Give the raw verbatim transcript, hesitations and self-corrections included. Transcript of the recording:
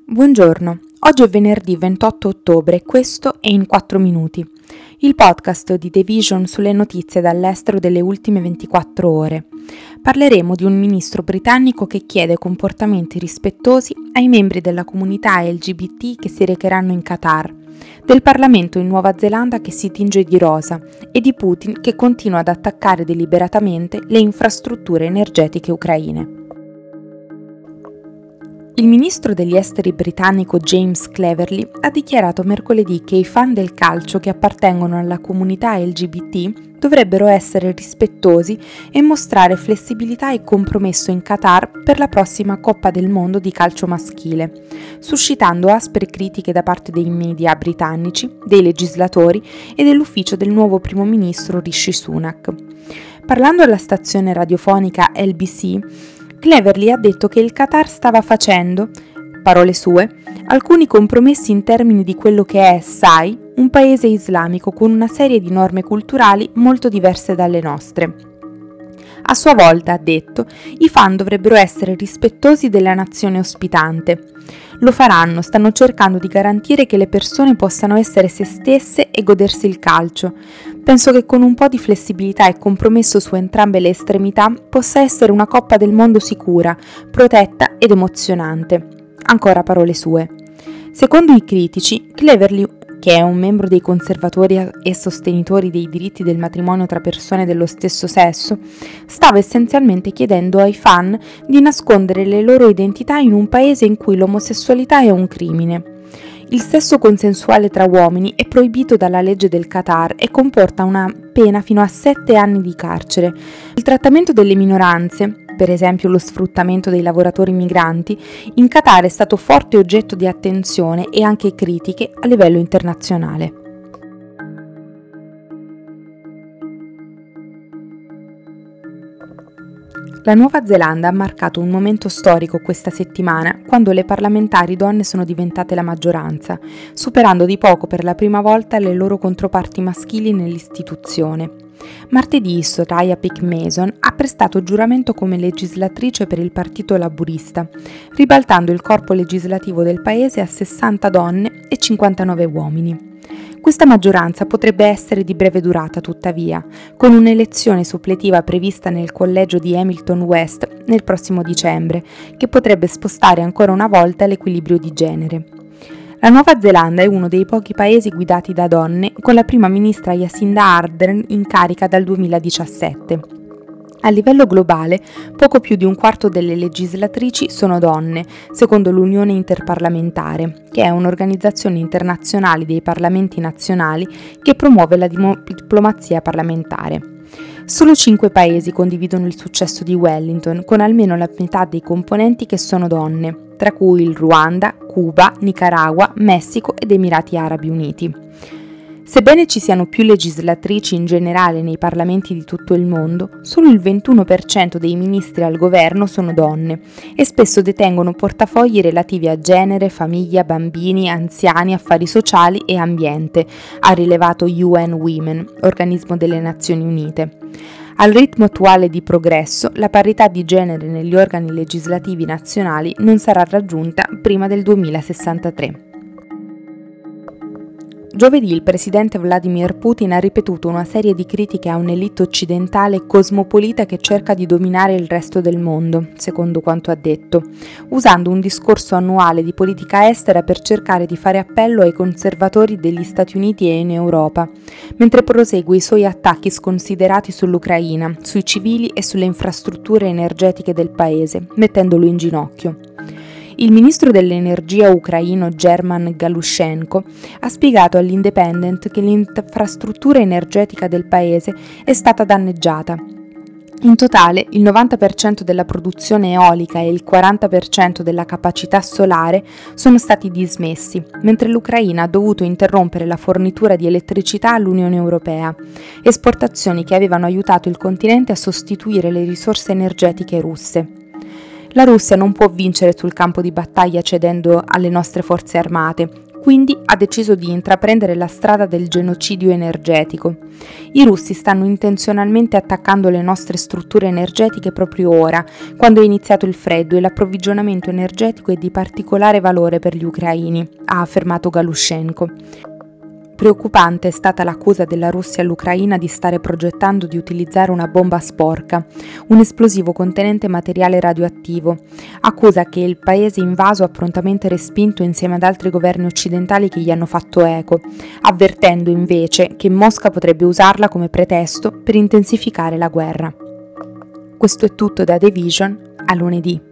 Buongiorno, oggi è venerdì ventotto ottobre e questo è In quattro minuti, il podcast di The Vision sulle notizie dall'estero delle ultime ventiquattro ore. Parleremo di un ministro britannico che chiede comportamenti rispettosi ai membri della comunità L G B T che si recheranno in Qatar, del Parlamento in Nuova Zelanda che si tinge di rosa e di Putin che continua ad attaccare deliberatamente le infrastrutture energetiche ucraine. Il ministro degli esteri britannico James Cleverly ha dichiarato mercoledì che i fan del calcio che appartengono alla comunità L G B T dovrebbero essere rispettosi e mostrare flessibilità e compromesso in Qatar per la prossima Coppa del Mondo di calcio maschile, suscitando aspre critiche da parte dei media britannici, dei legislatori e dell'ufficio del nuovo primo ministro Rishi Sunak. Parlando alla stazione radiofonica L B C, Cleverly ha detto che il Qatar stava facendo, parole sue, alcuni compromessi in termini di quello che è, sai, un paese islamico con una serie di norme culturali molto diverse dalle nostre. A sua volta, ha detto, i fan dovrebbero essere rispettosi della nazione ospitante. Lo faranno, stanno cercando di garantire che le persone possano essere se stesse e godersi il calcio. Penso che con un po' di flessibilità e compromesso su entrambe le estremità possa essere una Coppa del Mondo sicura, protetta ed emozionante. Ancora parole sue. Secondo i critici, Cleverly, che è un membro dei conservatori e sostenitori dei diritti del matrimonio tra persone dello stesso sesso, stava essenzialmente chiedendo ai fan di nascondere le loro identità in un paese in cui l'omosessualità è un crimine. Il sesso consensuale tra uomini è proibito dalla legge del Qatar e comporta una pena fino a sette anni di carcere. Il trattamento delle minoranze, per esempio lo sfruttamento dei lavoratori migranti, in Qatar è stato forte oggetto di attenzione e anche critiche a livello internazionale. La Nuova Zelanda ha marcato un momento storico questa settimana quando le parlamentari donne sono diventate la maggioranza, superando di poco per la prima volta le loro controparti maschili nell'istituzione. Martedì Soraya Peck-Mason ha prestato giuramento come legislatrice per il Partito Laburista, ribaltando il corpo legislativo del paese a sessanta donne e cinquantanove uomini. Questa maggioranza potrebbe essere di breve durata, tuttavia, con un'elezione suppletiva prevista nel collegio di Hamilton West nel prossimo dicembre, che potrebbe spostare ancora una volta l'equilibrio di genere. La Nuova Zelanda è uno dei pochi paesi guidati da donne, con la prima ministra Jacinda Ardern in carica dal duemiladiciassette. A livello globale, poco più di un quarto delle legislatrici sono donne, secondo l'Unione Interparlamentare, che è un'organizzazione internazionale dei parlamenti nazionali che promuove la diplomazia parlamentare. Solo cinque paesi condividono il successo di Wellington, con almeno la metà dei componenti che sono donne, tra cui il Ruanda, Cuba, Nicaragua, Messico ed Emirati Arabi Uniti. Sebbene ci siano più legislatrici in generale nei parlamenti di tutto il mondo, solo il ventuno per cento dei ministri al governo sono donne e spesso detengono portafogli relativi a genere, famiglia, bambini, anziani, affari sociali e ambiente, ha rilevato U N Women, organismo delle Nazioni Unite. Al ritmo attuale di progresso, la parità di genere negli organi legislativi nazionali non sarà raggiunta prima del duemilasessantatré. Giovedì il presidente Vladimir Putin ha ripetuto una serie di critiche a un'elite occidentale cosmopolita che cerca di dominare il resto del mondo, secondo quanto ha detto, usando un discorso annuale di politica estera per cercare di fare appello ai conservatori degli Stati Uniti e in Europa, mentre prosegue i suoi attacchi sconsiderati sull'Ucraina, sui civili e sulle infrastrutture energetiche del paese, mettendolo in ginocchio. Il ministro dell'energia ucraino German Galushenko ha spiegato all'Independent che l'infrastruttura energetica del paese è stata danneggiata. In totale, il novanta per cento della produzione eolica e il quaranta per cento della capacità solare sono stati dismessi, mentre l'Ucraina ha dovuto interrompere la fornitura di elettricità all'Unione Europea, esportazioni che avevano aiutato il continente a sostituire le risorse energetiche russe. La Russia non può vincere sul campo di battaglia cedendo alle nostre forze armate, quindi ha deciso di intraprendere la strada del genocidio energetico. I russi stanno intenzionalmente attaccando le nostre strutture energetiche proprio ora, quando è iniziato il freddo e l'approvvigionamento energetico è di particolare valore per gli ucraini, ha affermato Galushenko. Preoccupante è stata l'accusa della Russia all'Ucraina di stare progettando di utilizzare una bomba sporca, un esplosivo contenente materiale radioattivo, accusa che il paese invaso ha prontamente respinto insieme ad altri governi occidentali che gli hanno fatto eco, avvertendo invece che Mosca potrebbe usarla come pretesto per intensificare la guerra. Questo è tutto da The Vision, a lunedì.